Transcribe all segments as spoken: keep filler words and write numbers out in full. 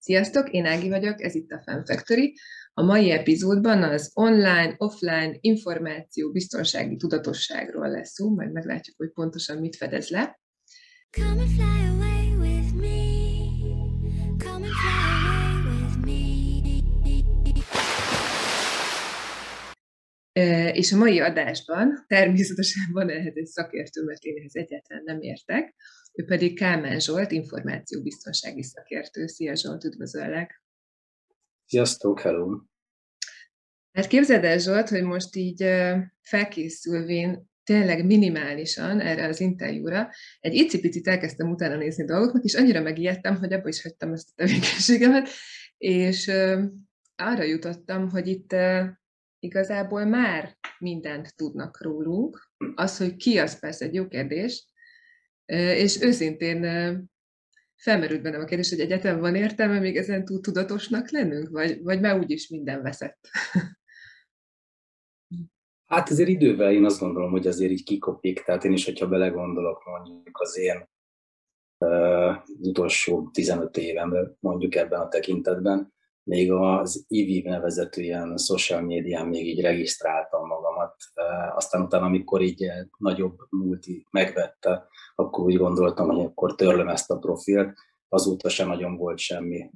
Sziasztok, én Ági vagyok, ez itt a Fan Factory. A mai epizódban az online-offline információ biztonsági tudatosságról lesz szó, majd meglátjuk, hogy pontosan mit fedez le. Come and fly away with me. Come and fly away with me. E, és a mai adásban természetesen van ehhez egy szakértő, mert én ehhez egyáltalán nem értek. Ő pedig Kálmán Zsolt, információbiztonsági szakértő. Szia Zsolt, üdvözöllek! Sziasztok, hello! Hát képzeld el, Zsolt, hogy most így felkészülvén tényleg minimálisan erre az interjúra, egy icipicit elkezdtem utána nézni dolgoknak, és annyira megijedtem, hogy abba is hagytam ezt a tevékenységemet, és arra jutottam, hogy itt igazából már mindent tudnak rólunk. Az, hogy ki, az persze egy jó kérdés, és őszintén felmerült bennem a kérdés, hogy egyáltalán van értelme még ezen túl tudatosnak lennünk, vagy, vagy már úgyis minden veszett? Hát azért idővel én azt gondolom, hogy azért így kikopik, tehát én is, hogyha belegondolok mondjuk az én uh, utolsó tizenöt évemben mondjuk ebben a tekintetben, még az i vé nevezetű ilyen social médián még így regisztráltam magamat. Aztán utána, amikor így nagyobb multi megvette, akkor úgy gondoltam, hogy akkor törlöm ezt a profilt. Azóta sem nagyon volt semmi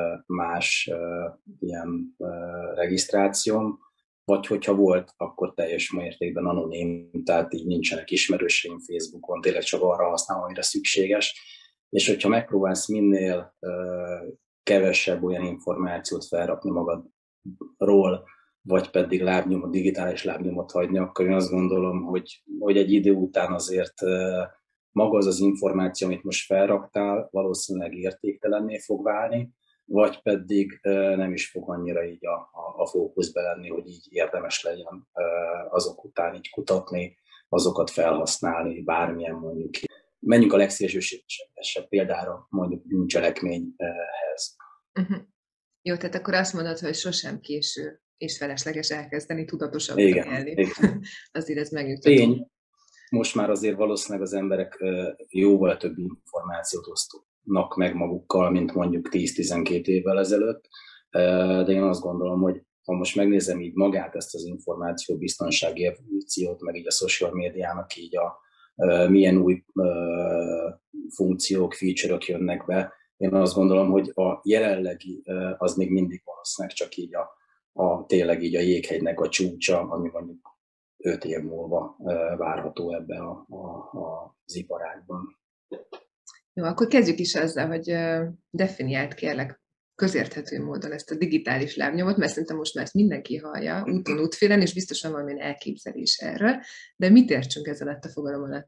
más ilyen regisztrációm, vagy hogyha volt, akkor teljes mértékben anonim, tehát így nincsenek ismerőseim Facebookon, tényleg csak arra használom, amire szükséges. És hogyha megpróbálsz minél kevesebb olyan információt felrakni magadról, vagy pedig lábnyomot, digitális lábnyomot hagyni, akkor én azt gondolom, hogy, hogy egy idő után azért maga az az információ, amit most felraktál, valószínűleg értéktelenné fog válni, vagy pedig nem is fog annyira így a, a, a fókuszba lenni, hogy így érdemes legyen azok után így kutatni, azokat felhasználni, bármilyen mondjuk. Menjünk a legszélsőségesebb példára, mondjuk bűncselekményhez. Uh-huh. Jó, tehát akkor azt mondod, hogy sosem késő és felesleges elkezdeni tudatosabban élni. Azért ez megnyugtató. Tény, most már azért valószínűleg az emberek jóval több információt osztanak meg magukkal, mint mondjuk tíz-tizenkét évvel ezelőtt, de én azt gondolom, hogy ha most megnézem így magát ezt az információbiztonsági evolúciót, meg így a social médiának így a milyen új uh, funkciók, feature-ök jönnek be. Én azt gondolom, hogy a jelenlegi uh, az még mindig valószínűleg csak így a, a tényleg így a jéghegynek a csúcsa, ami mondjuk öt év múlva uh, várható ebben a, a, a, az iparágban. Jó, akkor kezdjük is azzal, hogy uh, definiált kérlek közérthető módon ezt a digitális lábnyomot, mert szerintem most már ezt mindenki hallja, úton, útfélen, és biztosan valamilyen elképzelés erről, de mit értsünk ezzel alatt a fogalom alatt?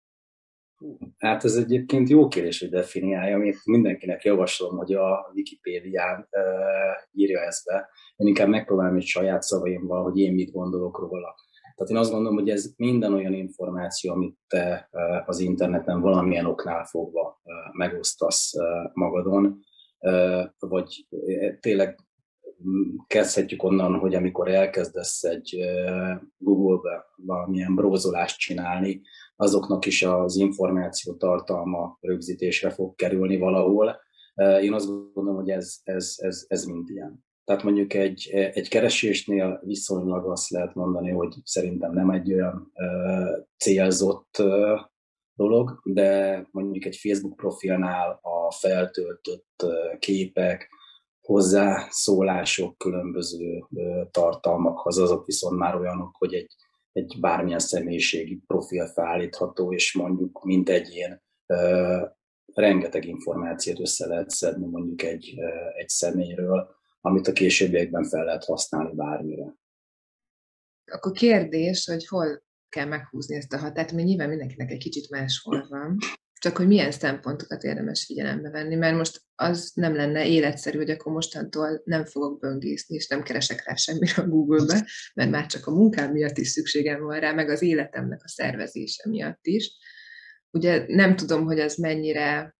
Hát ez egyébként jó kérdés, hogy definiálja, amit mindenkinek javaslom, hogy a Wikipédián uh, írja ezt be. Én inkább megpróbálom egy saját szavaimmal, hogy én mit gondolok róla. Tehát én azt gondolom, hogy ez minden olyan információ, amit te uh, az interneten valamilyen oknál fogva uh, megosztasz uh, magadon, uh, vagy uh, tényleg kezdhetjük onnan, hogy amikor elkezdesz egy uh, Google-be valamilyen brózolást csinálni, azoknak is az információ tartalma rögzítésre fog kerülni valahol. Én azt gondolom, hogy ez, ez, ez, ez mind ilyen. Tehát mondjuk egy, egy keresésnél viszonylag azt lehet mondani, hogy szerintem nem egy olyan uh, célzott uh, dolog, de mondjuk egy Facebook profilnál a feltöltött uh, képek, hozzászólások, különböző uh, tartalmakhoz, azok viszont már olyanok, hogy egy egy bármilyen személyiségi profil felállítható, és mondjuk mint egyén uh, rengeteg információt össze lehet szedni mondjuk egy, uh, egy személyről, amit a későbbiekben fel lehet használni bármire. Akkor kérdés, hogy hol kell meghúzni ezt a határt, mert nyilván mindenkinek egy kicsit máshol van, csak hogy milyen szempontokat érdemes figyelembe venni, mert most az nem lenne életszerű, hogy akkor mostantól nem fogok böngészni, és nem keresek rá semmire a Google-be, mert már csak a munkám miatt is szükségem van rá, meg az életemnek a szervezése miatt is. Ugye nem tudom, hogy az mennyire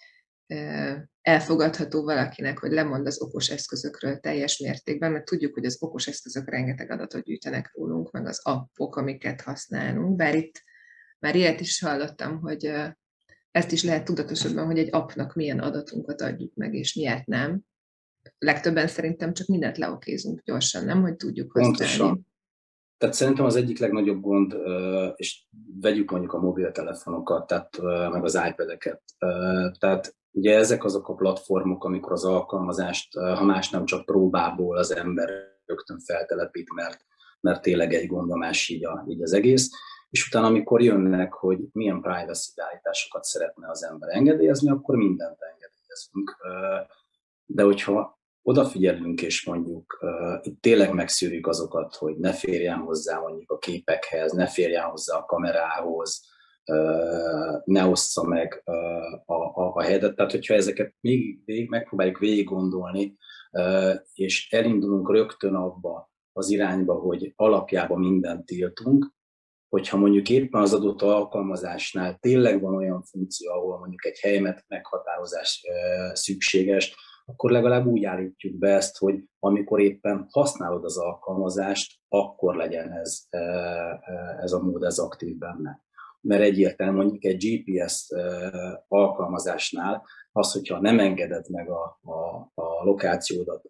elfogadható valakinek, hogy lemond az okos eszközökről teljes mértékben, mert tudjuk, hogy az okos eszközök rengeteg adatot gyűjtenek rólunk, meg az appok, amiket használunk, bár itt már ilyet is hallottam, hogy ezt is lehet tudatosabban, hogy egy appnak milyen adatunkat adjuk meg, és miért nem. Legtöbben szerintem csak mindent leokézunk gyorsan, nem, hogy tudjuk használni. Pontosan. Tehát szerintem az egyik legnagyobb gond, és vegyük mondjuk a mobiltelefonokat, tehát meg az iPad-eket. Tehát ugye ezek azok a platformok, amikor az alkalmazást, ha más nem csak próbából az ember rögtön feltelepít, mert, mert tényleg egy gondolás így, a, így az egész. És utána, amikor jönnek, hogy milyen privacy beállításokat szeretne az ember engedélyezni, akkor mindent engedélyezünk. De hogyha odafigyelünk, és mondjuk uh, itt tényleg megszűrjük azokat, hogy ne férjen hozzá mondjuk a képekhez, ne férjen hozzá a kamerához, uh, ne ossza meg uh, a, a, a helyet. Tehát, hogyha ezeket még, még megpróbáljuk végig gondolni, uh, és elindulunk rögtön abba az irányba, hogy alapjában mindent tiltunk, hogyha mondjuk éppen az adott alkalmazásnál tényleg van olyan funkció, ahol mondjuk egy helyemet meghatározás uh, szükséges, akkor legalább úgy állítjuk be ezt, hogy amikor éppen használod az alkalmazást, akkor legyen ez, ez a mód ez aktív benne. Mert egyértelműen mondjuk egy gé pé es alkalmazásnál az, hogyha nem engeded meg a, a, a lokációdat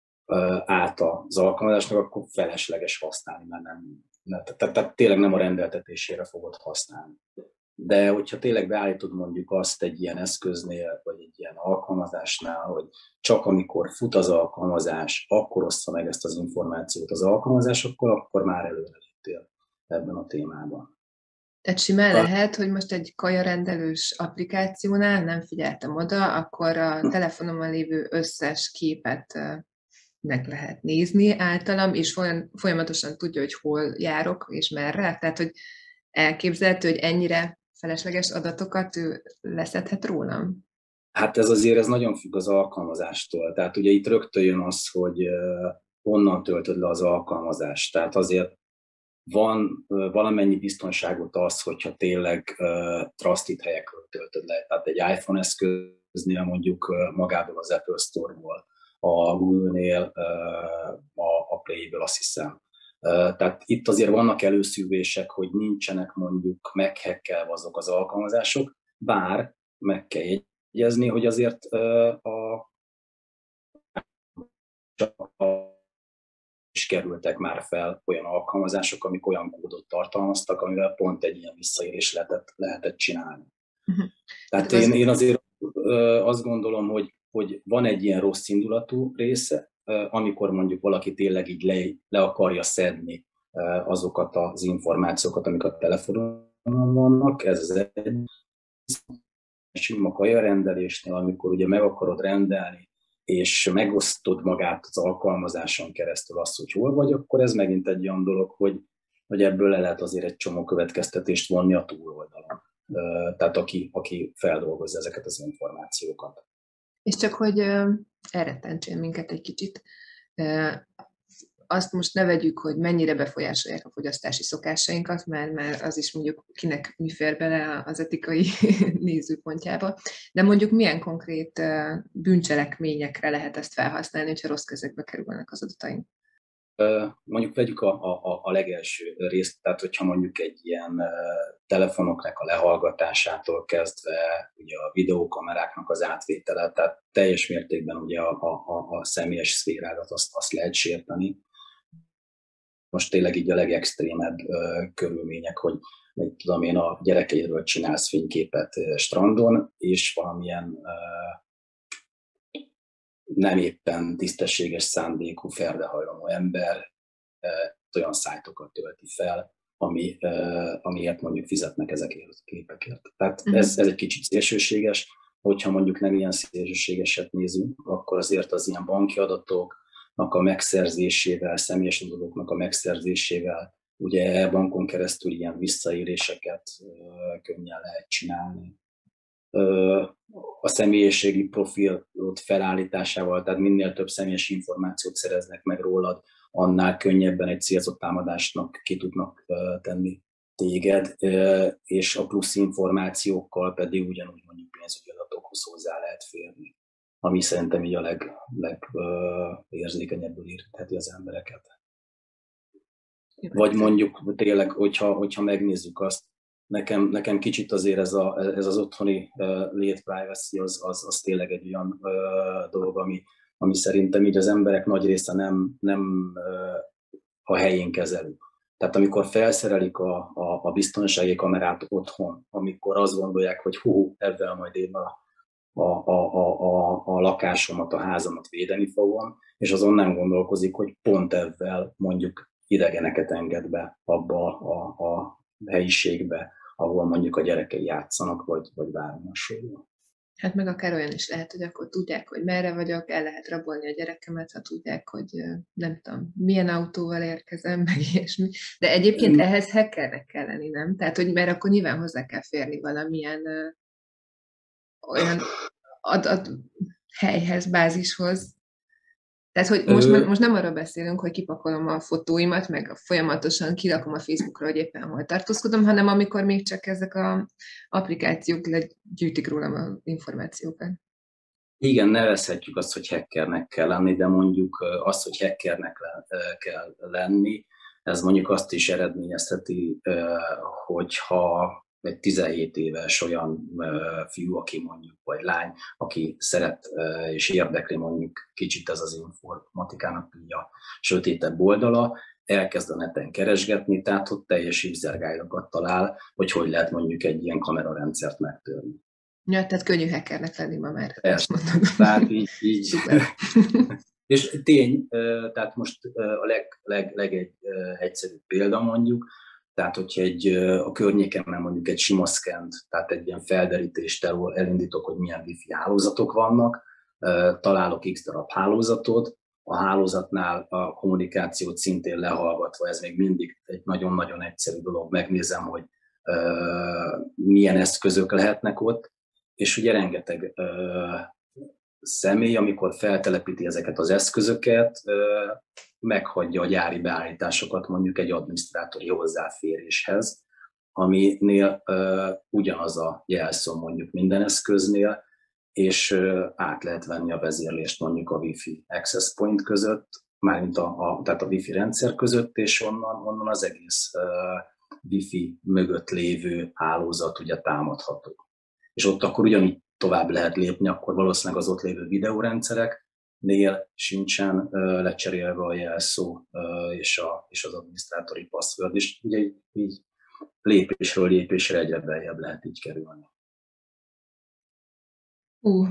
át az alkalmazásnak, akkor felesleges használni, mert nem, tehát, tehát tényleg nem a rendeltetésére fogod használni. De hogyha tényleg beállítod mondjuk azt egy ilyen eszköznél, vagy egy ilyen alkalmazásnál, hogy csak amikor fut az alkalmazás, akkor ossza meg ezt az információt az alkalmazás, akkor, akkor már előre léptél ebben a témában. Tehát simán lehet, hogy most egy kajarendelős applikációnál nem figyeltem oda, akkor a telefonomon lévő összes képet meg lehet nézni általam, és folyamatosan tudja, hogy hol járok, és merre. Tehát, hogy elképzelhető, hogy ennyire felesleges adatokat ő leszedhet rólam? Hát ez azért ez nagyon függ az alkalmazástól. Tehát ugye itt rögtön jön az, hogy honnan töltöd le az alkalmazást. Tehát azért van valamennyi biztonságot az, hogyha tényleg trusted helyekről töltöd le. Tehát egy iPhone eszköznél mondjuk magából az Apple Store-ból, a Google-nél, a, a Play-ből azt hiszem. Tehát itt azért vannak előszűrések, hogy nincsenek mondjuk meghekkelve azok az alkalmazások, bár meg kell jegyezni, hogy azért a, a is kerültek már fel olyan alkalmazások, amik olyan kódot tartalmaztak, amivel pont egy ilyen visszaérés lehetett, lehetett csinálni. Uh-huh. Tehát én, én azért azt gondolom, hogy, hogy van egy ilyen rossz indulatú része, amikor mondjuk valaki tényleg így le, le akarja szedni azokat az információkat, amik a telefonon vannak, ez az egy. A kajarendelésnél, amikor ugye meg akarod rendelni, és megosztod magát az alkalmazáson keresztül azt, hogy hol vagy, akkor ez megint egy olyan dolog, hogy, hogy ebből le lehet azért egy csomó következtetést vonni a túloldalon. Tehát aki, aki feldolgozza ezeket az információkat. És csak hogy elrettentsél minket egy kicsit, azt most ne vegyük, hogy mennyire befolyásolják a fogyasztási szokásainkat, mert már az is mondjuk kinek mi fér bele az etikai nézőpontjába, de mondjuk milyen konkrét bűncselekményekre lehet ezt felhasználni, hogyha rossz kezekbe kerülnek az adataink? Mondjuk vegyük a, a, a legelső részt, tehát hogyha mondjuk egy ilyen telefonoknak a lehallgatásától kezdve ugye a videókameráknak az átvétele, tehát teljes mértékben ugye a, a, a személyes szférádat azt, azt lehet sérteni. Most tényleg így a legextrémebb uh, körülmények, hogy mit tudom én, a gyerekeidről csinálsz fényképet uh, strandon, és valamilyen uh, nem éppen tisztességes szándékú, ferdehajlamú ember uh, olyan szájtokat tölti fel, ami, uh, amiért mondjuk fizetnek ezekért a képekért. Tehát uh-huh. ez, ez egy kicsit szélsőséges, hogyha mondjuk nem ilyen szélsőségeset nézünk, akkor azért az ilyen banki adatok, a megszerzésével, személyes adatoknak a megszerzésével, ugye bankon keresztül ilyen visszaéléseket uh, könnyen lehet csinálni. Uh, a személyiségi profilot felállításával, tehát minél több személyes információt szereznek meg rólad, annál könnyebben egy célzott támadásnak ki tudnak uh, tenni téged, uh, és a plusz információkkal pedig ugyanúgy mondjuk pénzügyi adatokhoz hozzá lehet férni, ami szerintem így a leg, legérzékenyebbül uh, érintheti az embereket. Vagy mondjuk tényleg, hogyha, hogyha megnézzük azt, nekem, nekem kicsit azért ez, a, ez az otthoni uh, lét privacy az, az, az tényleg egy olyan uh, dolog, ami, ami szerintem így az emberek nagy része nem, nem uh, a helyén kezeli. Tehát amikor felszerelik a, a, a biztonsági kamerát otthon, amikor azt gondolják, hogy hú, ebben majd én a, a, a, a, a, a lakásomat, a házamat védeni fogom, és azon nem gondolkozik, hogy pont ebben mondjuk idegeneket enged be abba a, a helyiségbe, ahol mondjuk a gyerekei játszanak, vagy, vagy bármi hasonló. Hát meg akár olyan is lehet, hogy akkor tudják, hogy merre vagyok, el lehet rabolni a gyerekemet, ha tudják, hogy nem tudom, milyen autóval érkezem, meg ilyesmi. De egyébként mm. ehhez hackernek kell lenni, nem? Tehát, hogy mert akkor nyilván hozzá kell férni valamilyen ö, olyan ad, ad helyhez, bázishoz. Tehát, hogy most, Ö... most nem arra beszélünk, hogy kipakolom a fotóimat, meg folyamatosan kirakom a Facebookra, hogy éppen hol tartózkodom, hanem amikor még csak ezek az applikációk legyűjtik rólam az információkat. Igen, nevezhetjük azt, hogy hackernek kell lenni, de mondjuk azt, hogy hackernek kell lenni, ez mondjuk azt is eredményezheti, hogyha egy tizenhét éves olyan fiú, aki mondjuk, vagy lány, aki szeret és érdekli mondjuk kicsit ez az informatikának így a sötétebb oldala, elkezd a neten keresgetni, tehát ott teljes hívzergályokat talál, hogy hogy lehet mondjuk egy ilyen kamerarendszert megtörni. Ja, tehát könnyű hackernek lenni ma már. Ezt mondom. Tehát így, így. És tény, tehát most a leg, leg, legegyszerűbb példa mondjuk, tehát hogyha egy, a környékemben mondjuk egy sima szkent, tehát egy ilyen felderítést elindítok, hogy milyen wifi hálózatok vannak, találok x darab hálózatot, a hálózatnál a kommunikációt szintén lehallgatva, ez még mindig egy nagyon-nagyon egyszerű dolog, megnézem, hogy milyen eszközök lehetnek ott, és ugye rengeteg személy, amikor feltelepíti ezeket az eszközöket, meghagyja a gyári beállításokat mondjuk egy adminisztrátori hozzáféréshez, aminél uh, ugyanaz a jelszó mondjuk minden eszköznél, és uh, át lehet venni a vezérlést mondjuk a Wi-Fi access point között, mármint a, a, tehát a Wi-Fi rendszer között, és onnan, onnan az egész uh, Wi-Fi mögött lévő hálózat ugye támadható. És ott akkor ugyanígy tovább lehet lépni, akkor valószínűleg az ott lévő videórendszereknél sincsen uh, lecserélve a jelszó uh, és, a, és az adminisztrátori password, és ugye így, így lépésről lépésre egyre beljebb lehet így kerülni. Uh.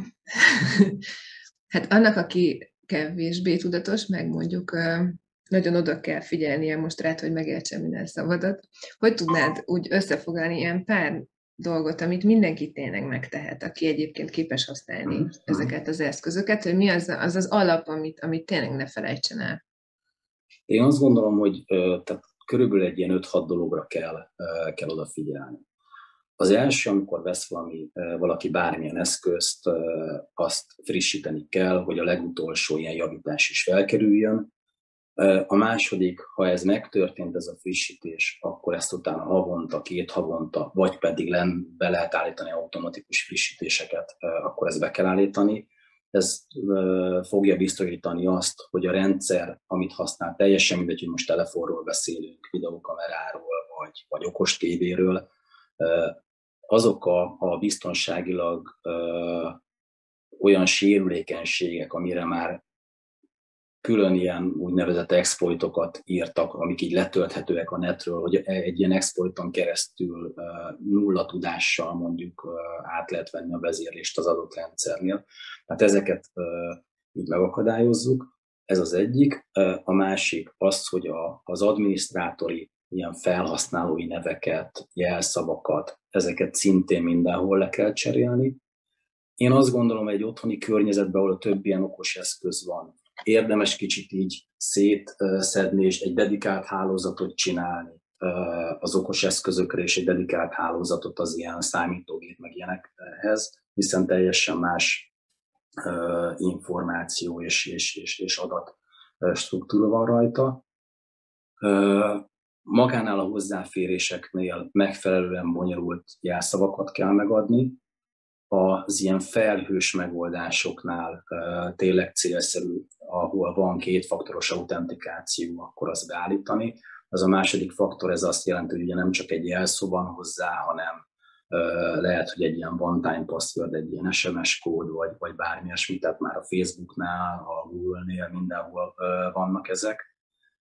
Hát annak, aki kevésbé tudatos, meg mondjuk uh, nagyon oda kell figyelnie most rád, hogy megértsen minden szavadat. Hogy tudnád úgy összefoglalni ilyen pár dolgot, amit mindenki tényleg megtehet, aki egyébként képes használni mm. ezeket az eszközöket, hogy mi az az, az alap, amit, amit tényleg ne felejtsen el? Én azt gondolom, hogy tehát körülbelül egy ilyen öt-hat dologra kell, kell odafigyelni. Az első, amikor vesz valami, valaki bármilyen eszközt, azt frissíteni kell, hogy a legutolsó ilyen javítás is felkerüljön. A második, ha ez megtörtént, ez a frissítés, akkor ezt utána havonta, két havonta, vagy pedig len, be lehet állítani automatikus frissítéseket, akkor ezt be kell állítani. Ez fogja biztosítani azt, hogy a rendszer, amit használ, teljesen mindegy, hogy most telefonról beszélünk, videókameráról, vagy, vagy okos tévéről, azok a, a biztonságilag olyan sérülékenységek, amire már külön ilyen úgynevezett exploitokat írtak, amik így letölthetőek a netről, hogy egy ilyen exploiton keresztül nulla tudással mondjuk át lehet venni a vezérlést az adott rendszernél. Hát ezeket így megakadályozzuk, ez az egyik. A másik az, hogy a, az adminisztrátori ilyen felhasználói neveket, jelszavakat, ezeket szintén mindenhol le kell cserélni. Én azt gondolom, egy otthoni környezetben, ahol több ilyen okos eszköz van, érdemes kicsit így szétszedni, és egy dedikált hálózatot csinálni az okos eszközökre, és egy dedikált hálózatot az ilyen számítógép meg ilyenekhez, hiszen teljesen más információ és, és, és, és adat struktúra van rajta. Magánál a hozzáféréseknél megfelelően bonyolult jelszavakat kell megadni. Az ilyen felhős megoldásoknál uh, tényleg célszerű, ahol van kétfaktoros autentikáció, akkor azt beállítani. Az a második faktor, ez azt jelenti, hogy ugye nem csak egy jelszó van hozzá, hanem lehet, hogy egy ilyen one-time password, egy ilyen es em es kód, vagy, vagy bármi ilyesmi, tehát már a Facebooknál, a Google-nél mindenhol vannak ezek.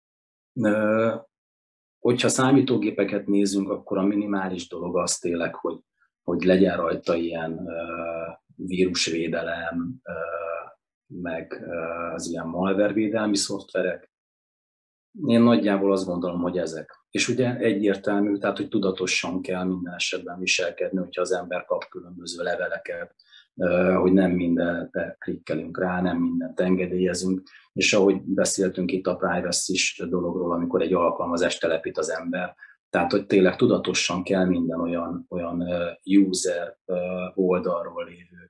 Hogyha számítógépeket nézünk, akkor a minimális dolog az tényleg, hogy, hogy legyen rajta ilyen vírusvédelem, meg az ilyen malwarevédelmi szoftverek. Én nagyjából azt gondolom, hogy ezek. És ugye egyértelmű, tehát hogy tudatosan kell minden esetben viselkedni, hogyha az ember kap különböző leveleket, hogy nem mindenre klikkelünk rá, nem mindent engedélyezünk, és ahogy beszéltünk itt a privacy dologról, amikor egy alkalmazást telepít az ember, tehát hogy tényleg tudatosan kell minden olyan, olyan user oldalról lévő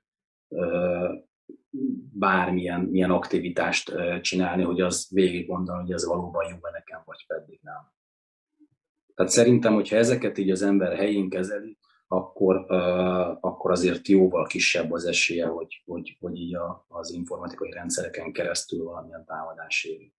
bármilyen milyen aktivitást csinálni, hogy az végig gondolom, hogy ez valóban jó nekem, vagy pedig nem. Tehát szerintem, hogyha ezeket így az ember helyén kezeli, akkor, uh, akkor azért jóval kisebb az esélye, hogy, hogy, hogy így a, az informatikai rendszereken keresztül valamilyen támadás éri.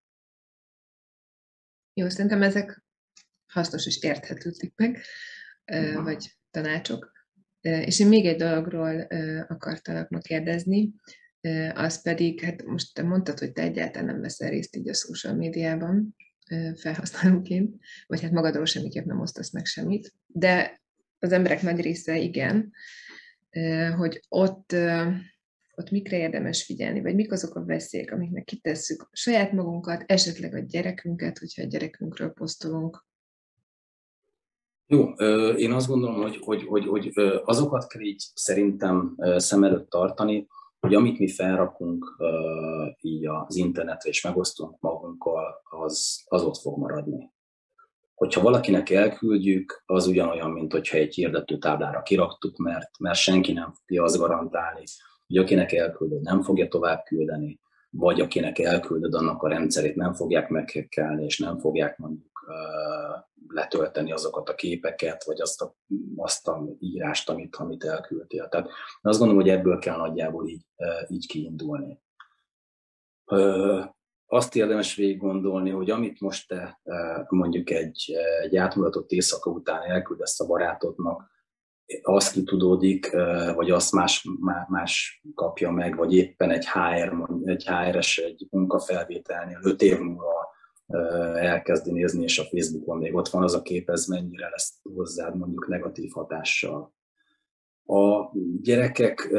Jó, szerintem ezek hasznos és érthető tippek, uh, vagy tanácsok. Uh, és én még egy dologról uh, akartalak ma kérdezni, uh, az pedig, hát most te mondtad, hogy te egyáltalán nem veszel részt így a social médiában uh, felhasználóként, vagy hát magadról semmiképp nem osztasz meg semmit, de az emberek nagy része igen, hogy ott, ott mikre érdemes figyelni, vagy mik azok a veszélyek, amiknek kitesszük saját magunkat, esetleg a gyerekünket, hogyha a gyerekünkről posztolunk. Jó, én azt gondolom, hogy, hogy, hogy, hogy azokat kell így szerintem szem előtt tartani, hogy amit mi felrakunk így az internetre és megosztunk magunkkal, az, az ott fog maradni. Hogyha valakinek elküldjük, az ugyanolyan, mint hogyha egy hirdető táblára kiraktuk, mert, mert senki nem fogja azt garantálni, hogy akinek elküldöd, nem fogja tovább küldeni, vagy akinek elküldöd, annak a rendszerét nem fogják meghekkelni, és nem fogják mondjuk uh, letölteni azokat a képeket, vagy azt a, azt a írást, amit, amit elküldtél. Tehát azt gondolom, hogy ebből kell nagyjából így, uh, így kiindulni. Uh, Azt érdemes végig gondolni, hogy amit most te mondjuk egy, egy átmulatott éjszaka után elküldesz a barátodnak, az kitudódik, vagy azt más, más kapja meg, vagy éppen egy há er, egy há er-es egy munkafelvételnél öt év múlva elkezdi nézni, és a Facebookon még ott van az a kép, ez mennyire lesz hozzád mondjuk negatív hatással. A gyerekek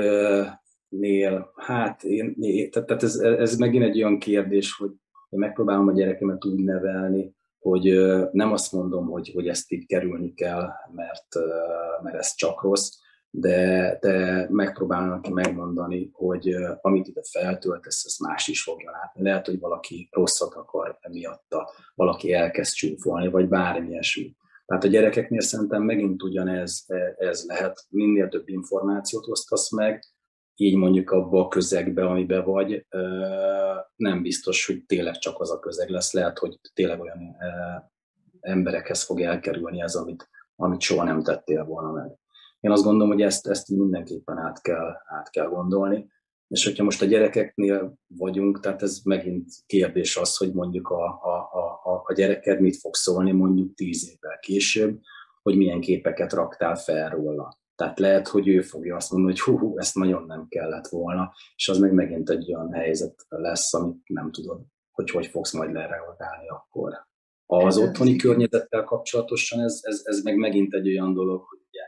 nél, hát én, én tehát ez, ez megint egy olyan kérdés, hogy én megpróbálom a gyerekemet úgy nevelni, hogy nem azt mondom, hogy, hogy ezt így kerülni kell, mert, mert ez csak rossz, de, de megpróbálom neki megmondani, hogy amit ide feltöltesz, ezt más is fogja látni. Lehet, hogy valaki rosszat akar emiatta, valaki elkezd csúfolni, vagy bármi ilyesmi. Tehát a gyerekeknél szerintem megint ugyanez ez lehet, minél több információt osztasz meg, így mondjuk abba a közegbe, amiben vagy, nem biztos, hogy tényleg csak az a közeg lesz. Lehet, hogy tényleg olyan emberekhez fog elkerülni ez, amit, amit soha nem tettél volna meg. Én azt gondolom, hogy ezt, ezt mindenképpen át kell, át kell gondolni. És hogyha most a gyerekeknél vagyunk, tehát ez megint kérdés az, hogy mondjuk a, a, a, a gyereked mit fog szólni mondjuk tíz évvel később, hogy milyen képeket raktál fel róla. Tehát lehet, hogy ő fogja azt mondani, hogy hú, hú, ezt nagyon nem kellett volna, és az meg megint egy olyan helyzet lesz, amit nem tudod, hogy hogy fogsz majd lereagálni akkor. Az hát otthoni környezettel kapcsolatosan ez, ez, ez meg megint egy olyan dolog, hogy ugye,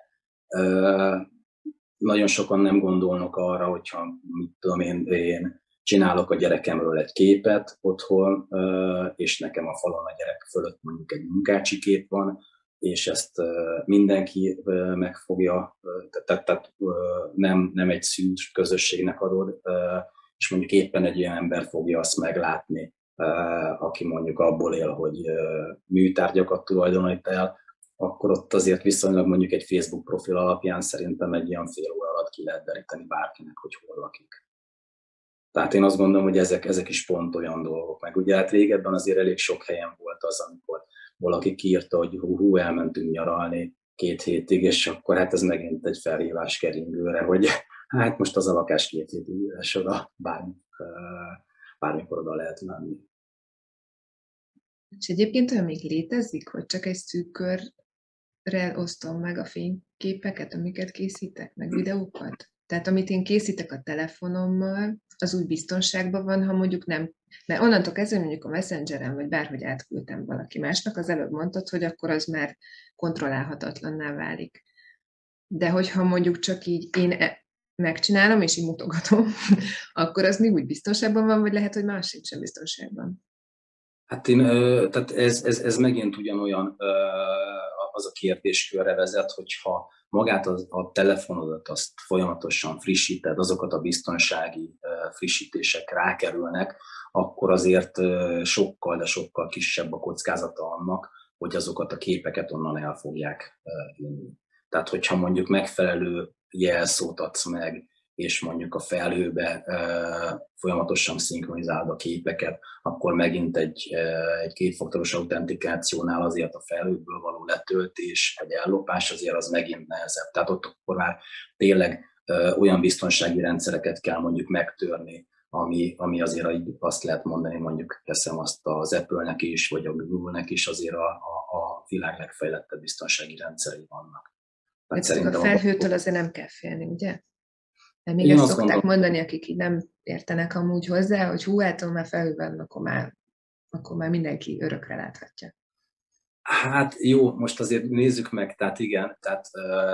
ö, nagyon sokan nem gondolnak arra, hogyha mit tudom én, én csinálok a gyerekemről egy képet otthon, ö, és nekem a falon a gyerek fölött mondjuk egy munkácsi kép van, és ezt mindenki megfogja, tehát, tehát nem, nem egy szűz közösségnek adod, és mondjuk éppen egy olyan ember fogja azt meglátni, aki mondjuk abból él, hogy műtárgyakat tulajdonít el, akkor ott azért viszonylag mondjuk egy Facebook profil alapján szerintem egy ilyen fél óra alatt ki lehet deríteni bárkinek, hogy hol lakik. Tehát én azt gondolom, hogy ezek, ezek is pont olyan dolgok. Meg ugye hát régebben azért elég sok helyen volt az, amikor valaki kiírta, hogy hú, hú, elmentünk nyaralni két hétig, és akkor hát ez megint egy felhívás keringőre, hogy hát most az a lakás két hétig üres oda, bármi, bármikor oda lehet menni. És egyébként olyan még létezik, hogy csak egy szűk körrel osztom meg a fényképeket, amiket készítek, meg videókat? Tehát amit én készítek a telefonommal, az úgy biztonságban van, ha mondjuk nem, mert onnantól kezdve mondjuk a Messengeren, vagy bárhogy átküldtem valaki másnak, az előbb mondtad, hogy akkor az már kontrollálhatatlanná válik. De hogyha mondjuk csak így én e- megcsinálom, és így mutogatom, akkor az még úgy biztonságban van, vagy lehet, hogy más sincsen biztonságban? Hát én, tehát ez, ez, ez megint ugyanolyan az a kérdéskörre vezet, hogyha magát a, a telefonodat azt folyamatosan frissíted, azokat a biztonsági frissítések rákerülnek, akkor azért sokkal, de sokkal kisebb a kockázata annak, hogy azokat a képeket onnan el fogják vinni. Tehát, hogyha mondjuk megfelelő jelszót adsz meg, és mondjuk a felhőbe folyamatosan szinkronizálod a képeket, akkor megint egy, egy kétfaktoros autentikációnál azért a felhőből való letöltés, vagy ellopás azért az megint nehezebb. Tehát ott akkor már tényleg olyan biztonsági rendszereket kell mondjuk megtörni, ami, ami azért azt lehet mondani, mondjuk teszem azt az Apple-nek is, vagy a Google-nek is azért a, a, a világ legfejlettebb biztonsági rendszerei vannak. Tehát szerintem a felhőtől azért nem kell félni, ugye? De még Én ezt azt szokták gondolom, mondani, akik így nem értenek amúgy hozzá, hogy hú, hát már felhőben, akkor már, akkor már mindenki örökre láthatja. Hát jó, most azért nézzük meg, tehát igen, tehát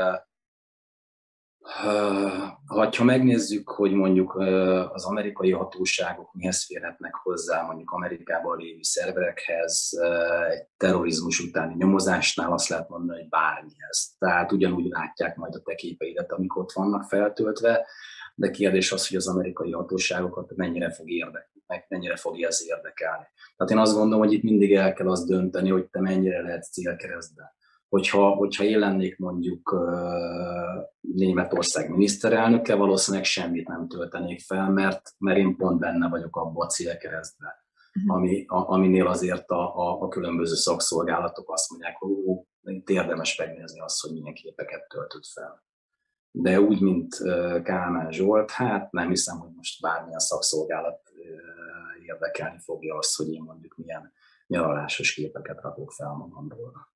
uh, ha megnézzük, hogy mondjuk uh, az amerikai hatóságok mihez férhetnek hozzá, mondjuk Amerikában lévő szerverekhez, uh, egy terrorizmus utáni nyomozásnál azt lehet mondani, hogy bármihez. Tehát ugyanúgy látják majd a te képeidet, amik ott vannak feltöltve, de kérdés az, hogy az amerikai hatóságokat mennyire fog érdekelni, meg mennyire fogja ez érdekelni. Tehát én azt gondolom, hogy itt mindig el kell azt dönteni, hogy te mennyire lehet célkeresztben. Hogyha, hogyha én lennék mondjuk uh, Németország miniszterelnöke, valószínűleg semmit nem töltenék fel, mert, mert én pont benne vagyok abban a célkeresztben, uh-huh. ami, a, aminél azért a, a, a különböző szakszolgálatok azt mondják, hogy ó, itt érdemes megnézni azt, hogy milyen képeket töltött fel. De úgy, mint Kálmán Zsolt, hát nem hiszem, hogy most bármilyen szakszolgálat érdekelni fogja azt, hogy én mondjuk milyen nyaralásos képeket rakok fel magamról.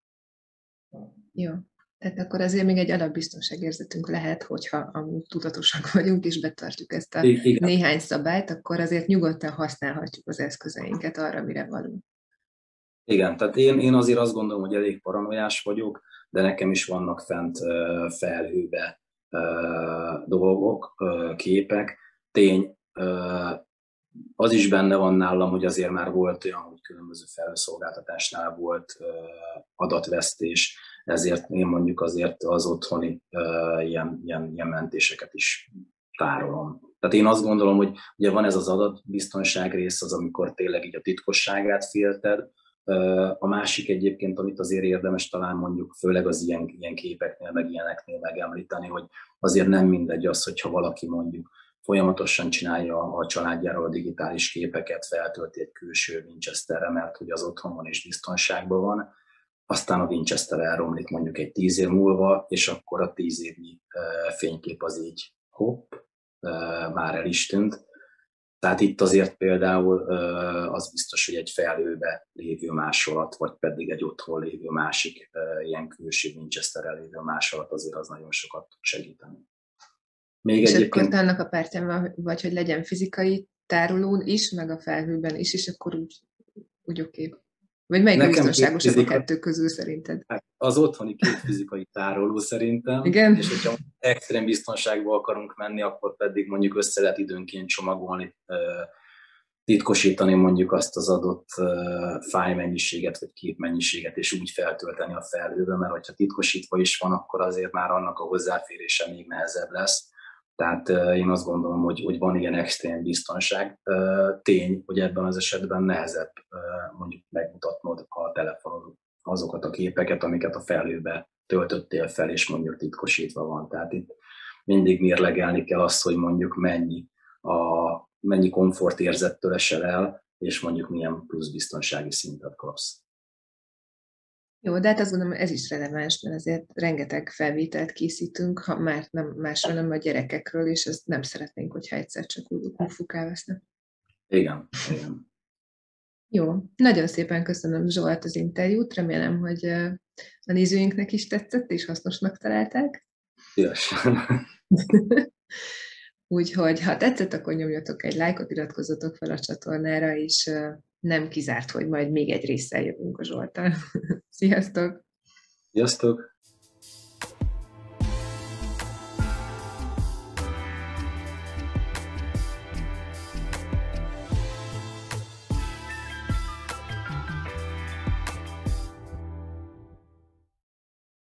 Jó. Tehát akkor azért még egy alapbiztonságérzetünk lehet, hogyha amúgy tudatosak vagyunk, és betartjuk ezt a Igen. néhány szabályt, akkor azért nyugodtan használhatjuk az eszközeinket arra, mire való. Igen, tehát én, én azért azt gondolom, hogy elég paranoiás vagyok, de nekem is vannak fent felhőbe dolgok, képek. Tény, az is benne van nálam, hogy azért már volt olyan, hogy különböző felhőszolgáltatásnál volt adatvesztés, ezért én mondjuk azért az otthoni ilyen, ilyen, ilyen mentéseket is tárolom. Tehát én azt gondolom, hogy ugye van ez az adatbiztonság rész, az amikor tényleg így a titkosságát félted. A másik egyébként, amit azért érdemes talán mondjuk, főleg az ilyen, ilyen képeknél, meg ilyeneknél megemlíteni, hogy azért nem mindegy az, hogyha valaki mondjuk folyamatosan csinálja a családjáról a digitális képeket, feltölti egy külső Winchesterre, mert hogy az otthonon is biztonságban van, aztán a Winchester elromlik mondjuk egy tíz év múlva, és akkor a tíz évnyi fénykép az így hopp, már el is tűnt. Tehát itt azért például az biztos, hogy egy felhőbe lévő másolat, vagy pedig egy otthon lévő másik ilyen külső Winchesterrel lévő másolat azért az nagyon sokat tud segíteni. Még és egyébként... akkor annak a pártján van, vagy hogy legyen fizikai tárolón is, meg a felhőben is, és akkor úgy, úgy oké. Okay. Vagy melyik Nekem a biztonságosabb fizika... a kettő közül szerinted? Az otthoni két fizikai tároló szerintem. Igen? És hogyha extrém biztonságba akarunk menni, akkor pedig mondjuk össze lehet időnként csomagolni, titkosítani mondjuk azt az adott fájlmennyiséget, vagy képmennyiséget, és úgy feltölteni a felhőre, mert hogyha titkosítva is van, akkor azért már annak a hozzáférése még nehezebb lesz. Tehát én azt gondolom, hogy, hogy van ilyen extrém biztonság. Tény, hogy ebben az esetben nehezebb mondjuk megmutatnod a telefonon azokat a képeket, amiket a felhőbe töltöttél fel, és mondjuk titkosítva van. Tehát itt mindig mérlegelni kell azt, hogy mondjuk mennyi, a, mennyi komfortérzettől esel el, és mondjuk milyen plusz biztonsági szintet kapsz. Jó, de hát azt gondolom, ez is releváns, mert azért rengeteg felvételt készítünk, ha már nem másról, nem a gyerekekről, és ezt nem szeretnénk, hogyha egyszer csak úgy fukál vesznek. Igen, igen. Jó, nagyon szépen köszönöm, Zsolt, az interjút, remélem, hogy a nézőinknek is tetszett, és hasznosnak találták. Szívesen. Úgyhogy, ha tetszett, akkor nyomjatok egy lájkot, iratkozzatok fel a csatornára, és nem kizárt, hogy majd még egy résszel jövünk a Zsolttal. Sziasztok! Sziasztok!